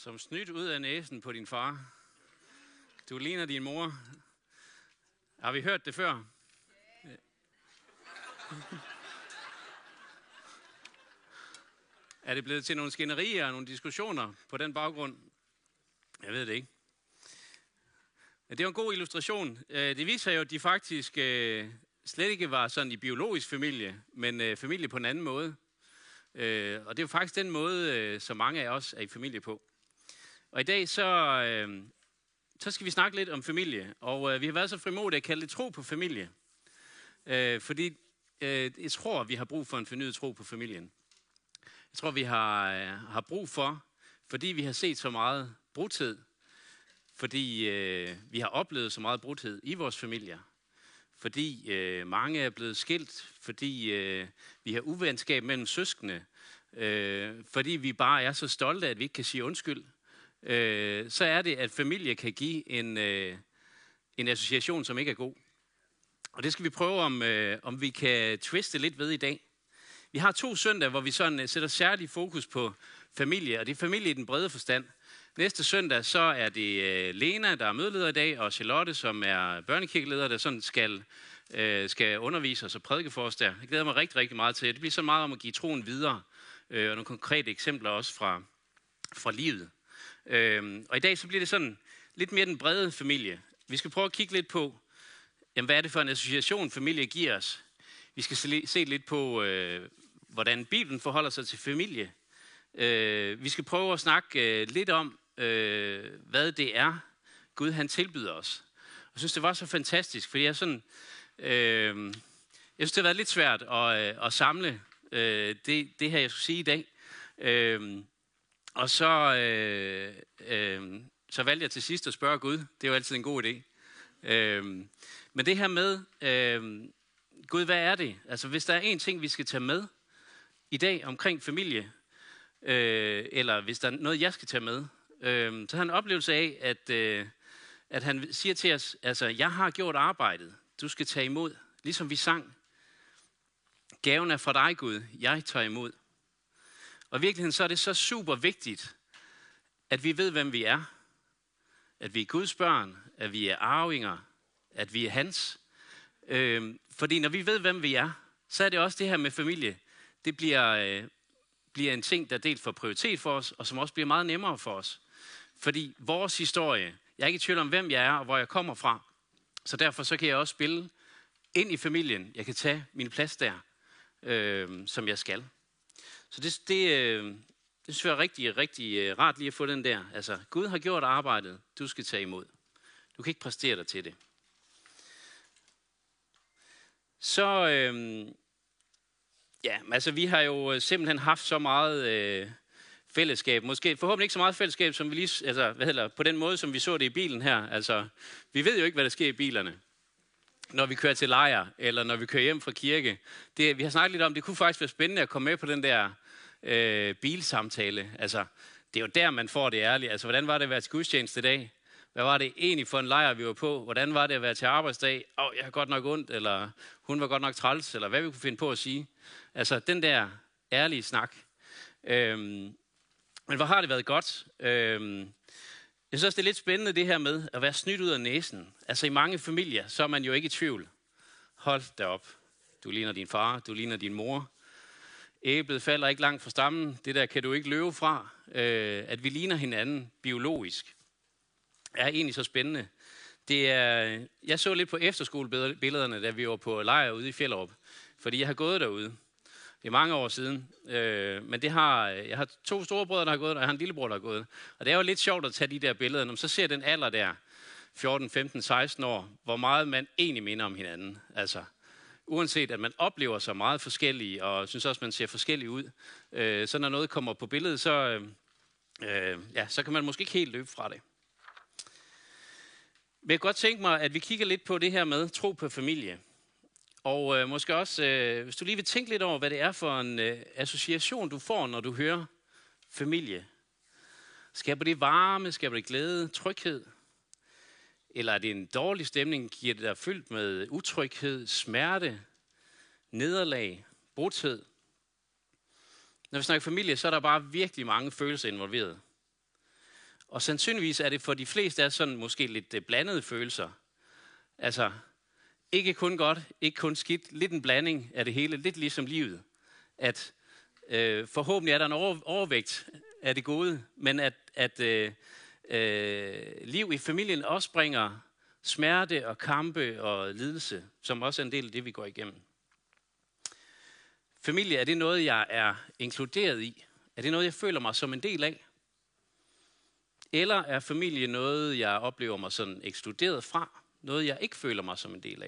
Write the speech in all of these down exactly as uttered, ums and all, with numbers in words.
Som snydt ud af næsen på din far. Du ligner din mor. Har vi hørt det før? Er det blevet til nogle skænderier og nogle diskussioner på den baggrund? Jeg ved det ikke. Men det var en god illustration. Det viser jo, at de faktisk slet ikke var sådan i biologisk familie, men familie på en anden måde. Og det er jo faktisk den måde, som mange af os er i familie på. Og i dag så, så skal vi snakke lidt om familie. Og vi har været så frimodige at kalde det tro på familie. Fordi jeg tror, vi har brug for en fornyet tro på familien. Jeg tror, vi har, har brug for, fordi vi har set så meget brudhed, fordi øh, vi har oplevet så meget brudhed i vores familier, fordi øh, mange er blevet skilt, fordi øh, vi har uvenskab mellem søskende, øh, fordi vi bare er så stolte, at vi ikke kan sige undskyld, øh, så er det, at familie kan give en, øh, en association, som ikke er god. Og det skal vi prøve, om, øh, om vi kan twiste lidt ved i dag. Vi har to søndage, hvor vi sådan sætter særlig fokus på familie, og det er familie i den brede forstand. Næste søndag, så er det Lena, der er mødeleder i dag, og Charlotte, som er børnekirkeleder, der sådan skal, øh, skal undervise os og prædike for os der. Jeg glæder mig rigtig, rigtig meget til. Det bliver så meget om at give troen videre, øh, og nogle konkrete eksempler også fra, fra livet. Øh, og i dag så bliver det sådan lidt mere den brede familie. Vi skal prøve at kigge lidt på, jamen, hvad er det for en association, familie giver os. Vi skal se lidt på, øh, hvordan Bibelen forholder sig til familie. Øh, vi skal prøve at snakke øh, lidt om, øh, hvad det er, Gud han tilbyder os. Jeg synes, det var så fantastisk, fordi jeg sådan, øh, jeg synes, det har været lidt svært at, øh, at samle øh, det, det her, jeg skulle sige i dag. Øh, og så, øh, øh, så valgte jeg til sidst at spørge Gud. Det er jo altid en god idé. Øh, men det her med, øh, Gud, hvad er det? Altså, hvis der er en ting, vi skal tage med i dag omkring familie, øh, eller hvis der er noget, jeg skal tage med, øh, så har han en oplevelse af, at, øh, at han siger til os, altså, jeg har gjort arbejdet, du skal tage imod, ligesom vi sang. Gaven er fra dig, Gud, jeg tager imod. Og i virkeligheden så er det så super vigtigt, at vi ved, hvem vi er. At vi er Guds børn, at vi er arvinger, at vi er hans. Øh, fordi når vi ved, hvem vi er, så er det også det her med familie. Det bliver, øh, bliver en ting, der dels får prioritet for os, og som også bliver meget nemmere for os. Fordi vores historie, jeg er ikke i tvivl om, hvem jeg er og hvor jeg kommer fra. Så derfor så kan jeg også spille ind i familien. Jeg kan tage min plads der, øh, som jeg skal. Så det, det, øh, det synes jeg er rigtig, rigtig øh, rart lige at få den der. Altså, Gud har gjort arbejdet, du skal tage imod. Du kan ikke præstere dig til det. Så, øh, ja, altså vi har jo simpelthen haft så meget øh, fællesskab. Måske forhåbentlig ikke så meget fællesskab, som vi lige, altså, hvad hedder, på den måde, som vi så det i bilen her. Altså, vi ved jo ikke, hvad der sker i bilerne, når vi kører til lejr, eller når vi kører hjem fra kirke. Det, vi har snakket lidt om, det kunne faktisk være spændende at komme med på den der øh, bilsamtale. Altså, det er jo der, man får det ærligt. Altså, hvordan var det at være til gudstjeneste i dag? Hvad var det egentlig for en lejr, vi var på? Hvordan var det at være til arbejdsdag? Åh, oh, jeg har godt nok ondt, eller hun var godt nok træls, eller hvad vi kunne finde på at sige. Altså, den der ærlige snak. Øhm, men hvor har det været godt? Øhm, jeg synes også, det er lidt spændende det her med at være snydt ud af næsen. Altså, i mange familier, så er man jo ikke i tvivl. Hold da op. Du ligner din far, du ligner din mor. Æblet falder ikke langt fra stammen. Det der kan du ikke løbe fra. Øh, at vi ligner hinanden biologisk er egentlig så spændende. Det er, jeg så lidt på efterskolebillederne, da vi var på lejr ude i Fjellerup, fordi jeg har gået derude. Det er mange år siden, øh, men det har, jeg har to store brødre, der har gået, og jeg har en lillebror, der har gået. Og det er jo lidt sjovt at tage de der billeder, når man så ser den alder der, fjorten, femten, seksten år, hvor meget man egentlig minder om hinanden. Altså, uanset at man oplever sig meget forskellige, og synes også, man ser forskellig ud, øh, så når noget kommer på billedet, så, øh, ja, så kan man måske ikke helt løbe fra det. Men jeg kan godt tænke mig, at vi kigger lidt på det her med tro på familie. Og øh, måske også, øh, hvis du lige vil tænke lidt over, hvad det er for en øh, association, du får, når du hører familie. Skaber det varme, skaber det glæde, tryghed? Eller er det en dårlig stemning, giver det dig fyldt med utryghed, smerte, nederlag, brudhed? Når vi snakker familie, så er der bare virkelig mange følelser involveret. Og sandsynligvis er det for de fleste af sådan måske lidt blandede følelser. Altså, ikke kun godt, ikke kun skidt, lidt en blanding af det hele, lidt ligesom livet. At øh, forhåbentlig er der en over, overvægt af det gode, men at, at øh, øh, liv i familien også bringer smerte og kampe og lidelse, som også er en del af det, vi går igennem. Familie, er det noget, jeg er inkluderet i? Er det noget, jeg føler mig som en del af? Eller er familie noget, jeg oplever mig sådan ekskluderet fra? Noget, jeg ikke føler mig som en del af?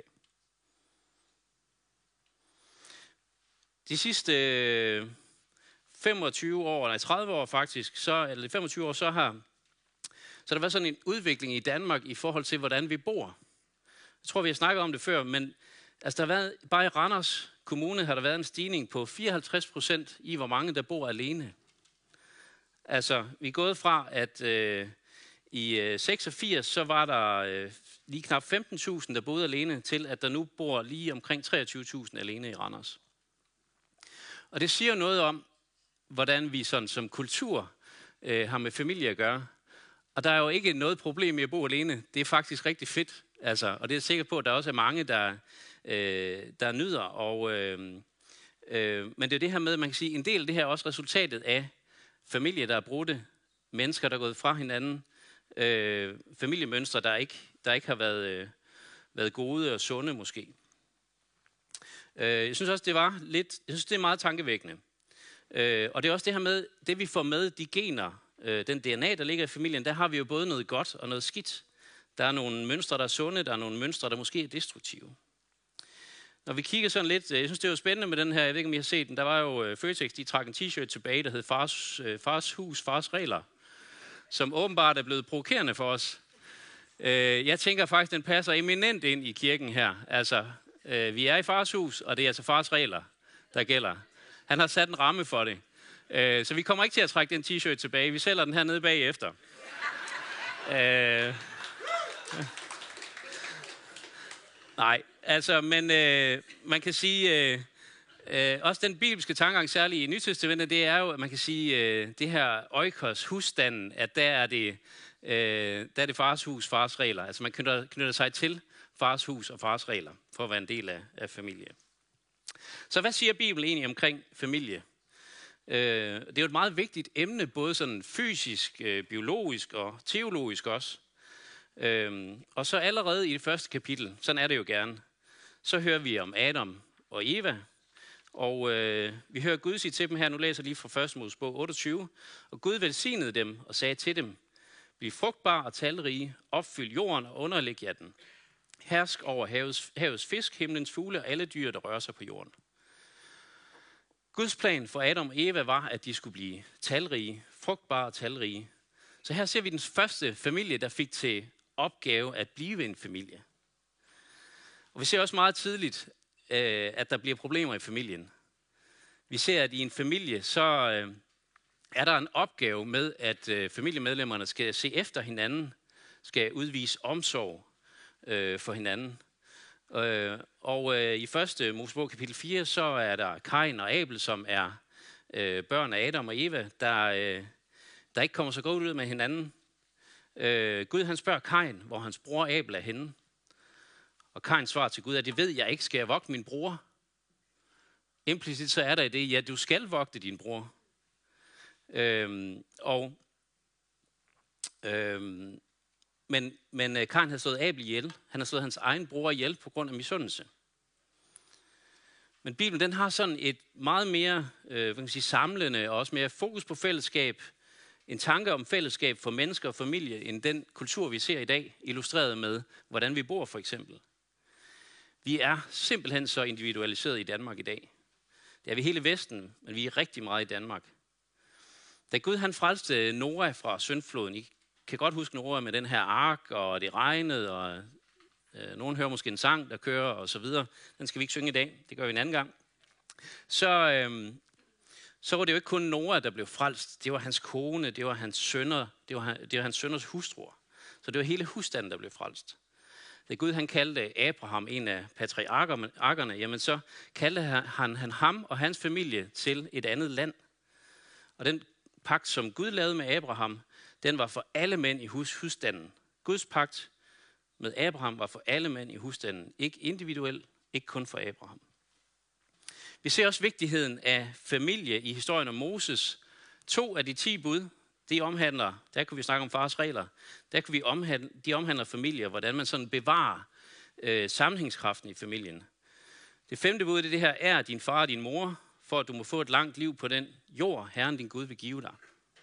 De sidste femogtyve år, nej tredive år faktisk, så, eller femogtyve år, så har, så har der været sådan en udvikling i Danmark i forhold til, hvordan vi bor. Jeg tror, vi har snakket om det før, men altså, der har været, bare i Randers Kommune har der været en stigning på fireoghalvtreds procent i, hvor mange der bor alene. Altså, vi er gået fra, at øh, i øh, seksogfirs, så var der øh, lige knap femten tusind, der boede alene, til at der nu bor lige omkring treogtyve tusind alene i Randers. Og det siger noget om, hvordan vi sådan som kultur øh, har med familie at gøre. Og der er jo ikke noget problem med at bo alene. Det er faktisk rigtig fedt. Altså, og det er jeg sikker på, at der også er mange, der, øh, der nyder. Og, øh, øh, men det er det her med, at man kan sige, en del af det her er også resultatet af familier, der er brudte, mennesker, der er gået fra hinanden, øh, familiemønstre, der ikke, der ikke har været, øh, været gode og sunde måske. Øh, jeg synes også, det var lidt, jeg synes, det er meget tankevækkende. Øh, og det er også det her med, det vi får med, de gener, øh, den D N A, der ligger i familien, der har vi jo både noget godt og noget skidt. Der er nogle mønstre, der er sunde, der er nogle mønstre, der måske er destruktive. Når vi kigger sådan lidt, jeg synes, det var spændende med den her, jeg ved ikke, om I har set den, der var jo uh, Føtex, de trak en t-shirt tilbage, der hed Fars, uh, Fars Hus, Fars Regler, som åbenbart er blevet provokerende for os. Uh, jeg tænker faktisk, den passer eminent ind i kirken her. Altså, uh, vi er i Fars Hus, og det er altså Fars Regler, der gælder. Han har sat en ramme for det. Uh, så vi kommer ikke til at trække den t-shirt tilbage. Vi sælger den her nede bagefter. Uh, Nej, altså, men øh, man kan sige, øh, øh, også den bibelske tankegang, særligt i Nytestamentet, det er jo, at man kan sige, øh, det her oikos, husstanden, at der er det, øh, der er det fars hus, fars regler. Altså man knytter, knytter sig til fars hus og fars regler, for at være en del af, af familie. Så hvad siger Bibelen egentlig omkring familie? Øh, det er jo et meget vigtigt emne, både sådan fysisk, øh, biologisk og teologisk også. Øhm, og så allerede i det første kapitel, sådan er det jo gerne, så hører vi om Adam og Eva, og øh, vi hører Gud sige til dem her, nu læser jeg lige fra første Mosebog otteogtyve, og Gud velsignede dem og sagde til dem, bliv frugtbar og talrige, opfyld jorden og underlæg jer den. Hersk over havets, havets fisk, himlens fugle og alle dyr, der rører sig på jorden. Guds plan for Adam og Eva var, at de skulle blive talrige, frugtbare og talrige. Så her ser vi den første familie, der fik til opgave at blive en familie. Og vi ser også meget tidligt, øh, at der bliver problemer i familien. Vi ser, at i en familie, så øh, er der en opgave med, at øh, familiemedlemmerne skal se efter hinanden, skal udvise omsorg øh, for hinanden. Øh, og øh, i første Mosebog kapitel fire, så er der Kain og Abel, som er øh, børn af Adam og Eva, der, øh, der ikke kommer så godt ud med hinanden. Øh, Gud han spørger Kain, hvor hans bror Abel er henne. Og Kain svarer til Gud, at det ved jeg ikke, skal jeg vogte min bror? Implicit så er der i det, ja, du skal vogte din bror. Øhm, og, øhm, men, men Kain har slået Abel ihjel. Han har slået hans egen bror ihjel på grund af misundelse. Men Bibelen den har sådan et meget mere øh, hvad kan man sige, samlende og også mere fokus på fællesskab, en tanke om fællesskab for mennesker og familie, end den kultur, vi ser i dag, illustreret med, hvordan vi bor for eksempel. Vi er simpelthen så individualiseret i Danmark i dag. Det er vi hele Vesten, men vi er rigtig meget i Danmark. Da Gud han frelste Noah fra syndfloden, I kan godt huske Noah med den her ark, og det regnede, og øh, nogen hører måske en sang, der kører, og så videre. Den skal vi ikke synge i dag, det gør vi en anden gang. Så... Øh, så var det jo ikke kun Noah, der blev frelst. Det var hans kone, det var hans sønner, det var, det var hans sønners hustruer. Så det var hele husstanden, der blev frelst. Da Gud han kaldte Abraham en af patriarkerne, jamen så kaldte han, han ham og hans familie til et andet land. Og den pagt, som Gud lavede med Abraham, den var for alle mænd i hus, husstanden. Guds pagt med Abraham var for alle mænd i husstanden. Ikke individuelt, ikke kun for Abraham. Vi ser også vigtigheden af familie i historien om Moses. To af de ti bud, de omhandler, der kunne vi snakke om fars regler, der kunne vi omhandle, de omhandler familier, hvordan man sådan bevarer øh, sammenhængskraften i familien. Det femte bud, det er det her, er din far og din mor, for at du må få et langt liv på den jord, Herren din Gud vil give dig.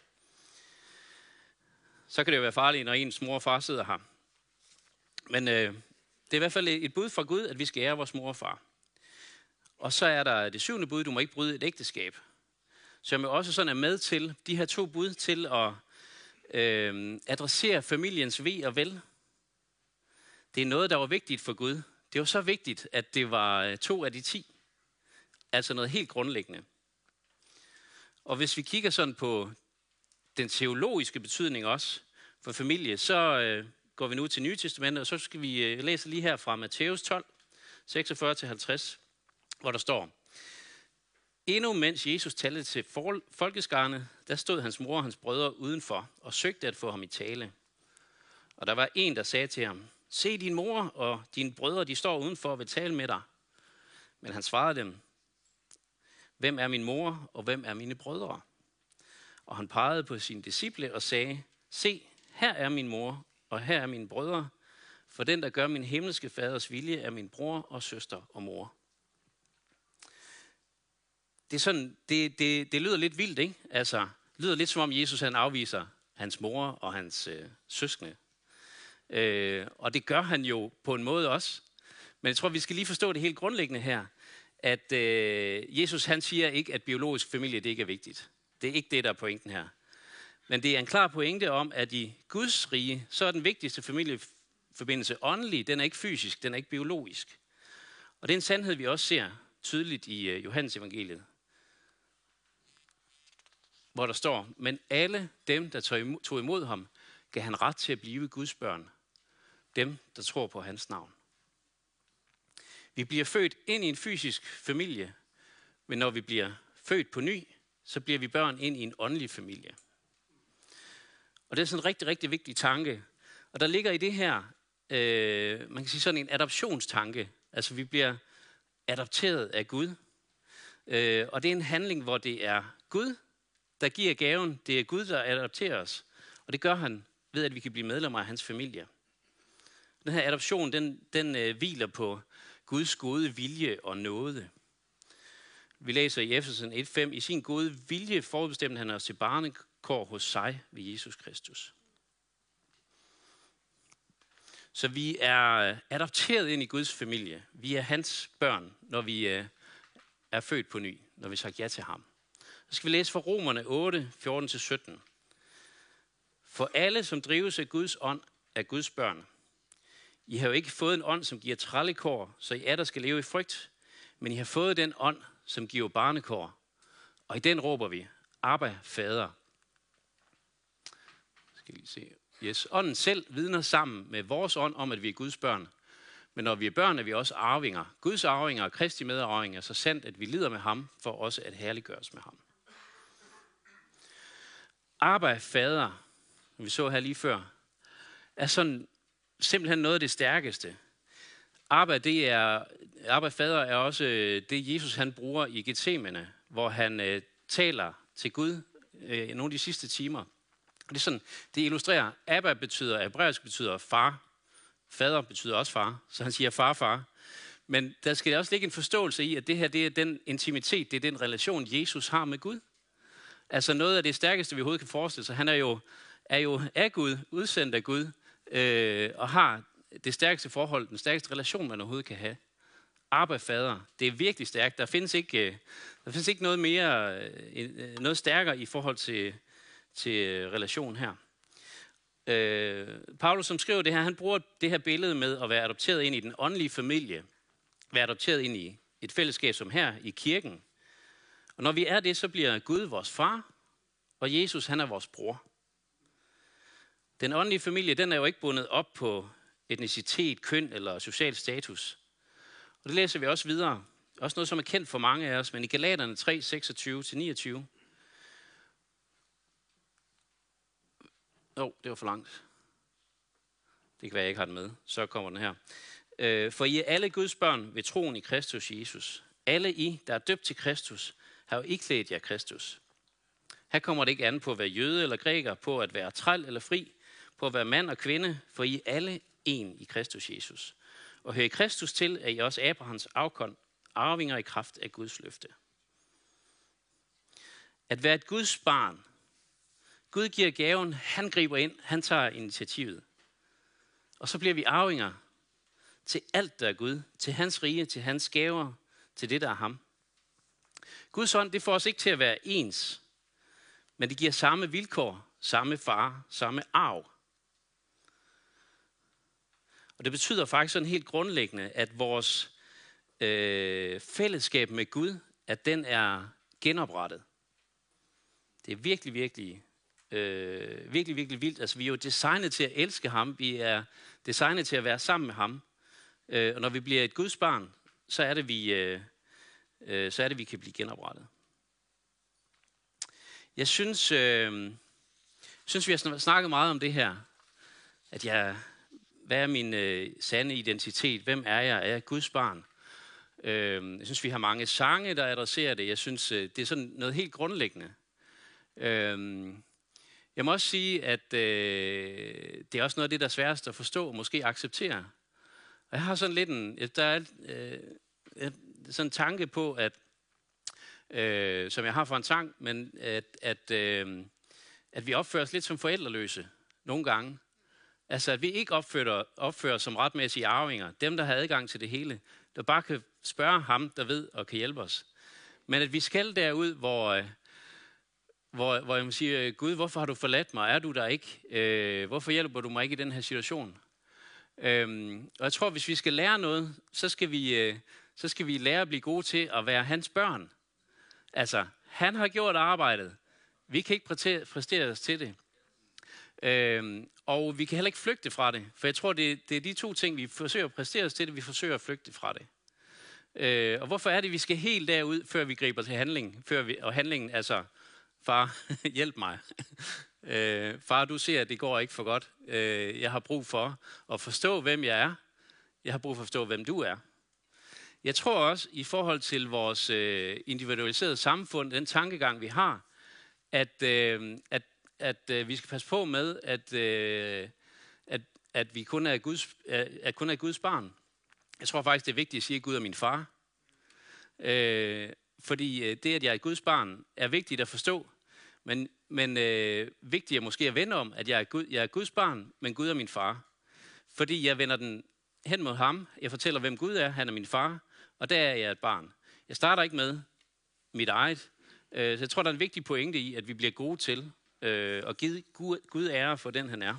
Så kan det jo være farligt, når ens mor og far sidder her. Men øh, det er i hvert fald et bud fra Gud, at vi skal ære vores mor og far. Og så er der det syvende bud, du må ikke bryde et ægteskab. Så jeg også sådan er med til de her to bud til at øh, adressere familiens ve og vel. Det er noget, der var vigtigt for Gud. Det var så vigtigt, at det var to af de ti. Altså noget helt grundlæggende. Og hvis vi kigger sådan på den teologiske betydning også for familie, så øh, går vi nu til Nye Testamentet, og så skal vi øh, læse lige her fra Matthæus tolv, seksogfyrre til halvtreds, hvor der står: Endnu mens Jesus talte til folkeskarne, der stod hans mor og hans brødre udenfor og søgte at få ham i tale. Og der var en, der sagde til ham: Se, din mor og dine brødre, de står udenfor og vil tale med dig. Men han svarede dem: Hvem er min mor, og hvem er mine brødre? Og han pegede på sine disciple og sagde: Se, her er min mor, og her er mine brødre. For den, der gør min himmelske faders vilje, er min bror og søster og mor. Det, er sådan, det, det, det lyder lidt vildt, ikke? Altså, det lyder lidt som om Jesus han afviser hans mor og hans øh, søskende. Øh, og det gør han jo på en måde også. Men jeg tror, vi skal lige forstå det helt grundlæggende her. At øh, Jesus han siger ikke, at biologisk familie det ikke er vigtigt. Det er ikke det, der er pointen her. Men det er en klar pointe om, at i Guds rige, så er den vigtigste familieforbindelse åndelig. Den er ikke fysisk, den er ikke biologisk. Og det er en sandhed, vi også ser tydeligt i øh, Johannes evangeliet. Hvor der står: Men alle dem, der tog imod ham, gav han ret til at blive Guds børn. Dem, der tror på hans navn. Vi bliver født ind i en fysisk familie, men når vi bliver født på ny, så bliver vi børn ind i en åndelig familie. Og det er sådan en rigtig, rigtig vigtig tanke. Og der ligger i det her, øh, man kan sige sådan en adoptionstanke. Altså vi bliver adopteret af Gud. Øh, og det er en handling, hvor det er Gud, der giver gaven. Det er Gud, der adopterer os. Og det gør han ved, at vi kan blive medlemmer af hans familie. Den her adoption, den, den øh, hviler på Guds gode vilje og nåde. Vi læser i Efeseren et fem: I sin gode vilje forudbestemte han os til barnekår hos sig ved Jesus Kristus. Så vi er adopteret ind i Guds familie. Vi er hans børn, når vi øh, er født på ny, når vi sagt ja til ham. Så skal vi læse fra Romerne otte, fjorten til sytten. For alle, som drives af Guds ånd, er Guds børn. I har jo ikke fået en ånd, som giver trallekår, så I atter skal leve i frygt, men I har fået den ånd, som giver barnekår. Og i den råber vi: Abba, Fader. Skal lige se. Yes. Ånden selv vidner sammen med vores ånd om, at vi er Guds børn. Men når vi er børn, er vi også arvinger. Guds arvinger og Kristi medarvinger, så sandt, at vi lider med ham, for også at herliggøres med ham. Abba, Fader, som vi så her lige før, er sådan simpelthen noget af det stærkeste. Abba, det er, Abba, Fader er også det, Jesus han bruger i Getsemane, hvor han øh, taler til Gud øh, nogle af de sidste timer. Og det er sådan, det illustrerer, Abba betyder, hebraisk betyder far. Fader betyder også far, så han siger far, far. Men der skal også ligge en forståelse i, at det her det er den intimitet, det er den relation, Jesus har med Gud. Altså noget af det stærkeste, vi overhovedet kan forestille sig. Han er jo, er jo af Gud, udsendt af Gud, øh, og har det stærkeste forhold, den stærkeste relation, man overhovedet kan have. Abba, Fader, det er virkelig stærkt. Der findes ikke, der findes ikke noget mere, noget stærkere i forhold til, til relationen her. Øh, Paulus, som skriver det her, han bruger det her billede med at være adopteret ind i den åndelige familie, være adopteret ind i et fællesskab som her i kirken. Og når vi er det, så bliver Gud vores far, og Jesus, han er vores bror. Den åndelige familie, den er jo ikke bundet op på etnicitet, køn eller social status. Og det læser vi også videre. Også noget, som er kendt for mange af os, men i Galaterne tre, seksogtyve til niogtyve. Åh, oh, det var for langt. Det kan være, jeg ikke har den med. Så kommer den her. Øh, for I er alle Guds børn ved troen i Kristus Jesus. Alle I, der er døbt til Kristus, har jo iklædt jer Kristus. Her kommer det ikke an på at være jøde eller græker, på at være træl eller fri, på at være mand og kvinde, for I er alle en i Kristus Jesus. Og hører I Kristus til, er I også Abrahams afkom, arvinger i kraft af Guds løfte. At være et Guds barn. Gud giver gaven, han griber ind, han tager initiativet. Og så bliver vi arvinger til alt, der er Gud, til hans rige, til hans gaver, til det, der er ham. Guds ånd, det får os ikke til at være ens, men det giver samme vilkår, samme far, samme arv. Og det betyder faktisk sådan helt grundlæggende, at vores øh, fællesskab med Gud, at den er genoprettet. Det er virkelig, virkelig, øh, virkelig, virkelig vildt. Altså, vi er jo designet til at elske ham. Vi er designet til at være sammen med ham. Øh, og når vi bliver et Guds barn, så er det, vi, øh, øh, så er det, vi kan blive genoprettet. Jeg synes, øh, synes, vi har snakket meget om det her. At jeg, hvad er min øh, sande identitet? Hvem er jeg? Er jeg Guds barn? Øh, jeg synes, vi har mange sange, der adresserer det. Jeg synes, øh, det er sådan noget helt grundlæggende. Øh, jeg må også sige, at øh, det er også noget af det, der er sværest at forstå og måske acceptere. Og jeg har sådan lidt en, der er, øh, sådan en tanke på, at Øh, som jeg har for en sang, men at, at, øh, at vi opfører os lidt som forældreløse nogle gange. Altså at vi ikke opfører, opfører som retmæssige arvinger, dem der har adgang til det hele, der bare kan spørge ham, der ved og kan hjælpe os. Men at vi skal derud, hvor, hvor, hvor jeg må sige, Gud, hvorfor har du forladt mig? Er du der ikke? Øh, hvorfor hjælper du mig ikke i den her situation? Øh, og jeg tror, hvis vi skal lære noget, så skal vi, øh, så skal vi lære at blive gode til at være hans børn. Altså, han har gjort arbejdet. Vi kan ikke præstere, præstere os til det. Øhm, og vi kan heller ikke flygte fra det. For jeg tror, det, det er de to ting, vi forsøger at præstere os til det, vi forsøger at flygte fra det. Øh, og hvorfor er det, vi skal helt derud, før vi griber til handling? Før vi, og handlingen, altså, far, hjælp mig. øh, far, du ser, at det går ikke for godt. Øh, jeg har brug for at forstå, hvem jeg er. Jeg har brug for at forstå, hvem du er. Jeg tror også, i forhold til vores øh, individualiserede samfund, den tankegang, vi har, at, øh, at, at øh, vi skal passe på med, at, øh, at, at vi kun er, Guds, at kun er Guds barn. Jeg tror faktisk, det er vigtigt at sige, at Gud er min far. Øh, fordi det, at jeg er Guds barn, er vigtigt at forstå, men, men øh, vigtigt er måske at vende om, at jeg er, Gud, jeg er Guds barn, men Gud er min far. Fordi jeg vender den hen mod ham. Jeg fortæller, hvem Gud er. Han er min far. Og der er jeg et barn. Jeg starter ikke med mit eget. Så jeg tror, der er en vigtig pointe i, at vi bliver gode til at give Gud ære for den, han er.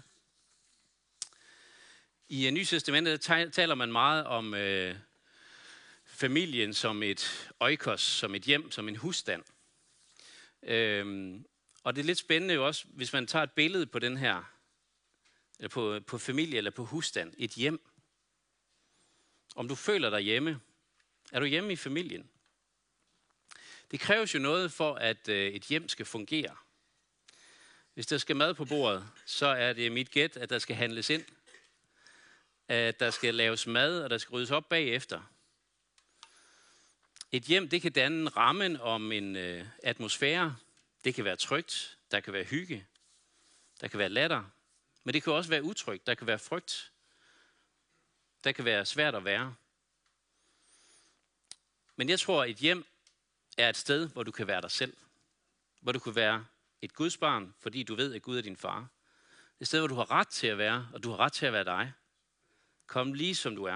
I Nye Testamentet taler man meget om øh, familien som et oikos, som et hjem, som en husstand. Øhm, og det er lidt spændende jo også, hvis man tager et billede på den her, eller på, på familie eller på husstand, et hjem. Om du føler dig hjemme, er du hjemme i familien? Det kræves jo noget for, at øh, et hjem skal fungere. Hvis der skal mad på bordet, så er det mit gæt, at der skal handles ind. At der skal laves mad, og der skal ryddes op bagefter. Et hjem, det kan danne rammen om en øh, atmosfære. Det kan være trygt, der kan være hygge, der kan være latter. Men det kan også være utrygt, der kan være frygt. Der kan være svært at være. Men jeg tror, at et hjem er et sted, hvor du kan være dig selv. Hvor du kan være et Guds barn, fordi du ved, at Gud er din far. Det er et sted, hvor du har ret til at være, og du har ret til at være dig. Kom lige som du er.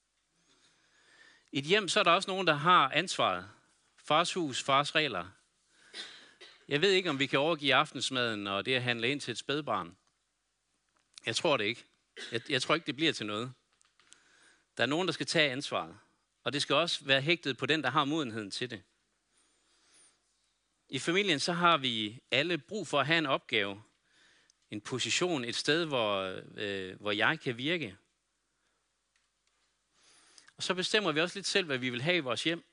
I et hjem, så er der også nogen, der har ansvaret. Fars hus, fars regler. Jeg ved ikke, om vi kan overgive aftensmaden og det at handle ind til et spædbarn. Jeg tror det ikke. Jeg, jeg tror ikke, det bliver til noget. Der er nogen, der skal tage ansvaret. Og det skal også være hægtet på den, der har modenheden til det. I familien så har vi alle brug for at have en opgave. En position, et sted, hvor, øh, hvor jeg kan virke. Og så bestemmer vi også lidt selv, hvad vi vil have i vores hjem.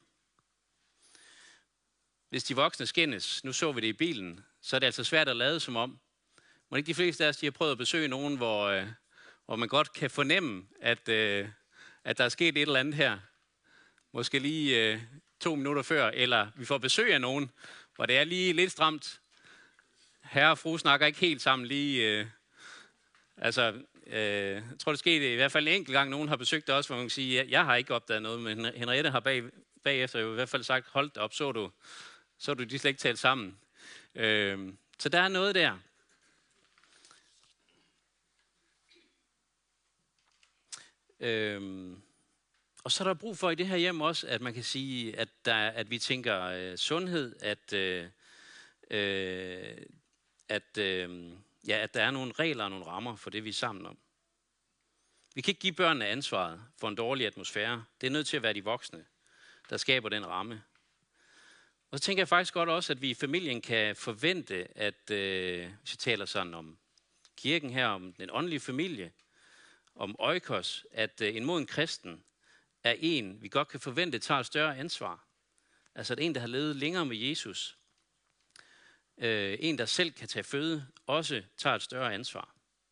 Hvis de voksne skændes, nu så vi det i bilen, så er det altså svært at lade som om. Må ikke de fleste af os, de har prøvet at besøge nogen, hvor, øh, hvor man godt kan fornemme, at, øh, at der er sket et eller andet her. Måske lige øh, to minutter før, eller vi får besøg af nogen, hvor det er lige lidt stramt. Herre og fru snakker ikke helt sammen lige. Øh, altså, øh, jeg tror, det skete i hvert fald en enkelt gang, nogen har besøgt os, hvor man kan sige, jeg, jeg har ikke opdaget noget, men Henriette har bag, bagefter jo i hvert fald sagt, hold da op, så du, så du de slet ikke talt sammen. Øh, så der er noget der. Øh, og så er der brug for i det her hjem også, at man kan sige, at, der, at vi tænker øh, sundhed, at, øh, øh, at, øh, ja, at der er nogle regler og nogle rammer for det, vi er sammen om. Vi kan ikke give børnene ansvaret for en dårlig atmosfære. Det er nødt til at være de voksne, der skaber den ramme. Og så tænker jeg faktisk godt også, at vi i familien kan forvente, at øh, hvis vi taler sådan om kirken her, om den åndelige familie, om oikos, at øh, en moden kristen er en, vi godt kan forvente, tager et større ansvar. Altså at en, der har levet længere med Jesus, øh, en, der selv kan tage føde, også tager et større ansvar.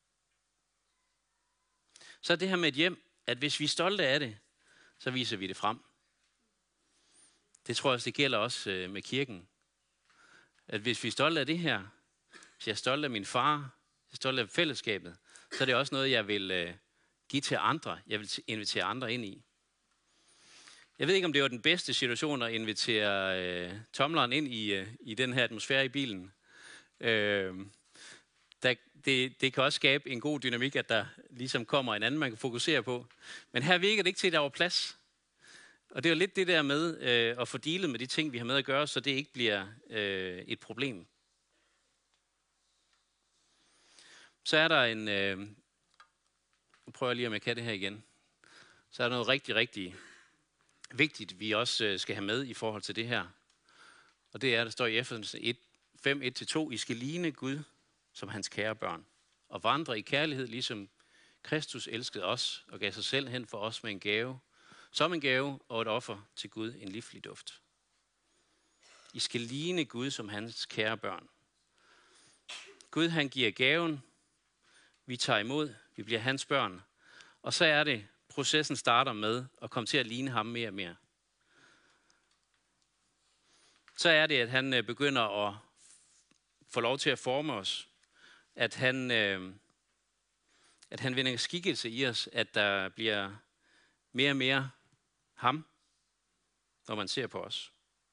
Så er det her med et hjem, at hvis vi er stolte af det, så viser vi det frem. Det tror jeg også, det gælder også øh, med kirken. At hvis vi er stolte af det her, hvis jeg er stolt af min far, jeg er stolt af fællesskabet, så er det også noget, jeg vil øh, give til andre. Jeg vil invitere andre ind i. Jeg ved ikke, om det var den bedste situation at invitere øh, tomleren ind i, øh, i den her atmosfære i bilen. Øh, der, det, det kan også skabe en god dynamik, at der ligesom kommer en anden, man kan fokusere på. Men her virker det ikke til, at der var plads. Og det er jo lidt det der med øh, at få dealet med de ting, vi har med at gøre, så det ikke bliver øh, et problem. Så er der en... Øh, nu prøver jeg lige, om jeg kan det her igen. Så er der noget rigtig, rigtig vigtigt, vi også øh, skal have med i forhold til det her. Og det er, der står i Efeserne fem et til to, I skal ligne Gud som hans kære børn, og vandre i kærlighed, ligesom Kristus elskede os og gav sig selv hen for os med en gave, som en gave og et offer til Gud, en livlig duft. I skal ligne Gud som hans kære børn. Gud, han giver gaven, vi tager imod, vi bliver hans børn, og så er det, processen starter med at komme til at ligne ham mere og mere. Så er det, at han begynder at få lov til at forme os, at han, at han vinder skikkelse i os, at der bliver mere og mere ham, når man ser på os.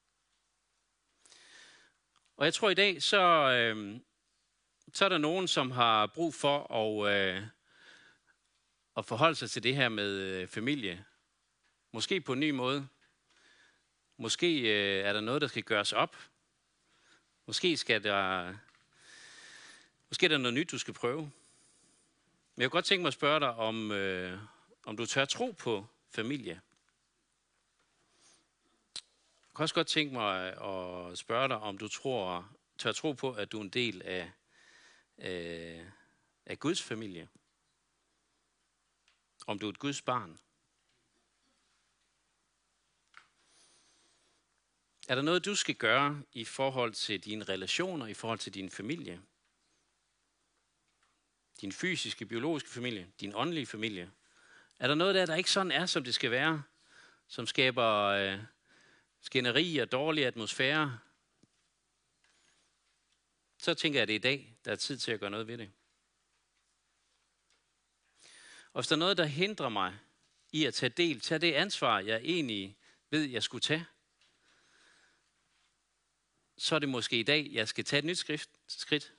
Og jeg tror i dag, så, øh, så er der nogen, som har brug for at, øh, at forholde sig til det her med øh, familie. Måske på en ny måde. Måske øh, er der noget, der skal gøres op. Måske skal der, måske er der noget nyt, du skal prøve. Men jeg kunne godt tænke mig at spørge dig, om, øh, om du tør tro på familie. Jeg kan også godt tænke mig at spørge dig, om du tror, tør tro på, at du er en del af, øh, af Guds familie. Om du er et Guds barn. Er der noget, du skal gøre i forhold til dine relationer, i forhold til din familie? Din fysiske, biologiske familie, din åndelige familie. Er der noget der, der ikke sådan er, som det skal være? Som skaber øh, skænderi og dårlig atmosfære? Så tænker jeg, at det er i dag, der er tid til at gøre noget ved det. Og hvis der er noget, der hindrer mig i at tage del, tage det ansvar, jeg egentlig ved, jeg skulle tage, så er det måske i dag, jeg skal tage et nyt skridt.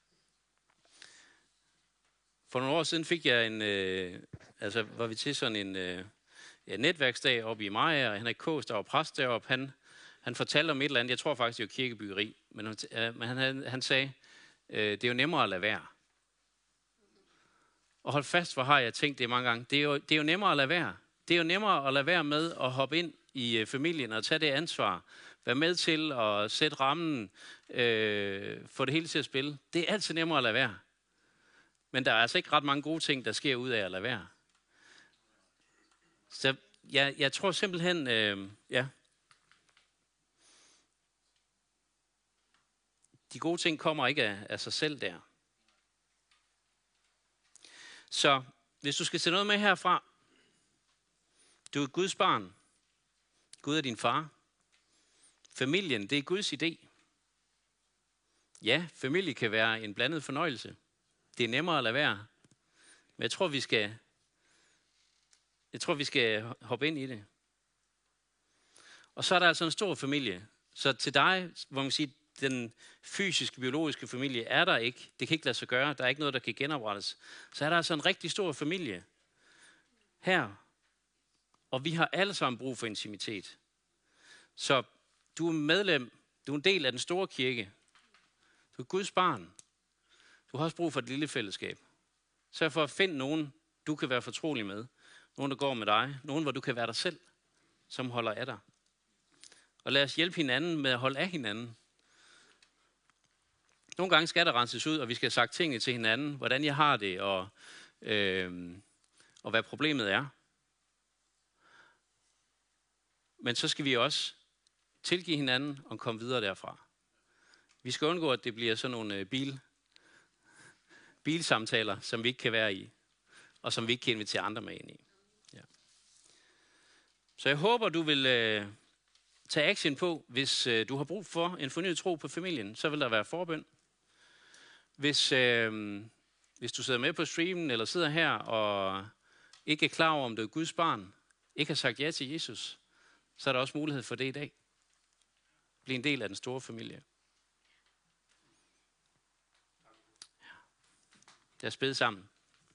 For nogle år siden fik jeg en, øh, altså var vi til sådan en øh, ja, netværksdag oppe i Maja, og Henrik Kås, der var præst deroppe, han, han fortalte om et eller andet, jeg tror faktisk, det var kirkebyggeri, men, øh, men han, han sagde, øh, det er jo nemmere at lade være. Og hold fast, hvor har jeg tænkt det mange gange, det er, jo, det er jo nemmere at lade være. Det er jo nemmere at lade være med at hoppe ind i øh, familien og tage det ansvar. Være med til at sætte rammen, øh, få det hele til at spille. Det er altid nemmere at lade være. Men der er altså ikke ret mange gode ting, der sker ud af at lade være. Så jeg, jeg tror simpelthen, øh, ja. De gode ting kommer ikke af, af sig selv der. Så hvis du skal se noget med herfra, du er Guds barn. Gud er din far. Familien, det er Guds idé. Ja, familie kan være en blandet fornøjelse. Det er nemmere at lade være. Men jeg tror, vi skal, jeg tror, vi skal hoppe ind i det. Og så er der altså en stor familie. Så til dig, hvor man siger, den fysiske, biologiske familie er der ikke. Det kan ikke lade sig gøre. Der er ikke noget, der kan genoprettes. Så er der altså en rigtig stor familie her. Og vi har alle sammen brug for intimitet. Så du er medlem. Du er en del af den store kirke. Du er Guds barn. Du har også brug for et lille fællesskab. Sørg for at finde nogen, du kan være fortrolig med. Nogen, der går med dig. Nogen, hvor du kan være dig selv, som holder af dig. Og lad os hjælpe hinanden med at holde af hinanden. Nogle gange skal der renses ud, og vi skal have sagt tingene til hinanden, hvordan jeg har det, og, øh, og hvad problemet er. Men så skal vi også tilgive hinanden og komme videre derfra. Vi skal undgå, at det bliver sådan nogle bil, bilsamtaler, som vi ikke kan være i, og som vi ikke kan invitere andre med ind i. Ja. Så jeg håber, du vil øh, tage action på, hvis øh, du har brug for en fornyet tro på familien, så vil der være forbøn. Hvis, øh, hvis du sidder med på streamen, eller sidder her og ikke er klar over, om du er Guds barn, ikke har sagt ja til Jesus, så er der også mulighed for det i dag. Bliv en del af den store familie. Lad os bede sammen.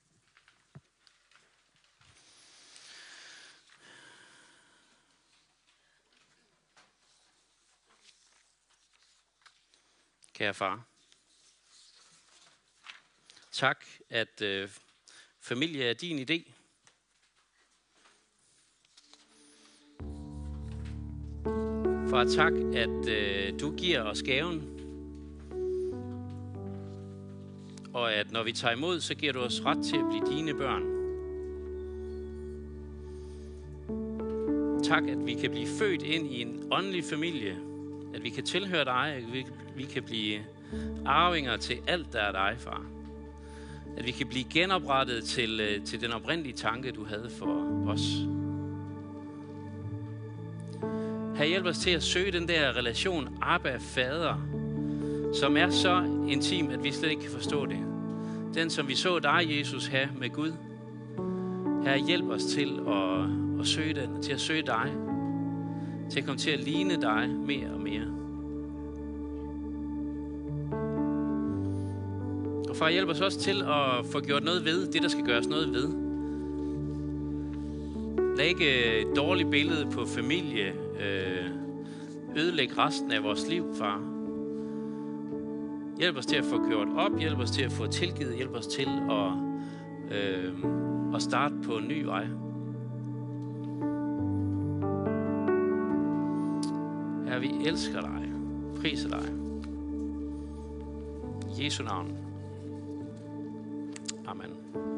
Kære far, tak, at øh, familie er din idé. Far, tak, at øh, du giver os gaven. Og at når vi tager imod, så giver du os ret til at blive dine børn. Tak, at vi kan blive født ind i en åndelig familie. At vi kan tilhøre dig, at vi, vi kan blive arvinger til alt, der er dig, far. At vi kan blive genoprettet til, til den oprindelige tanke, du havde for os. Her hjælp os til at søge den der relation Abba, fader, som er så intim, at vi slet ikke kan forstå det. Den, som vi så dig, Jesus, have med Gud. Her hjælp os til at, at søge den, til at søge dig, til at komme til at ligne dig mere og mere. Og far, hjælp os også til at få gjort noget ved det, der skal gøres noget ved. Lad ikke et dårligt billede på familie øh, ødelægge resten af vores liv, far. Hjælp os til at få gjort op, hjælp os til at få tilgivet, hjælp os til at, øh, at starte på en ny vej. Herre, vi elsker dig, priser dig. I Jesu navn. Amen.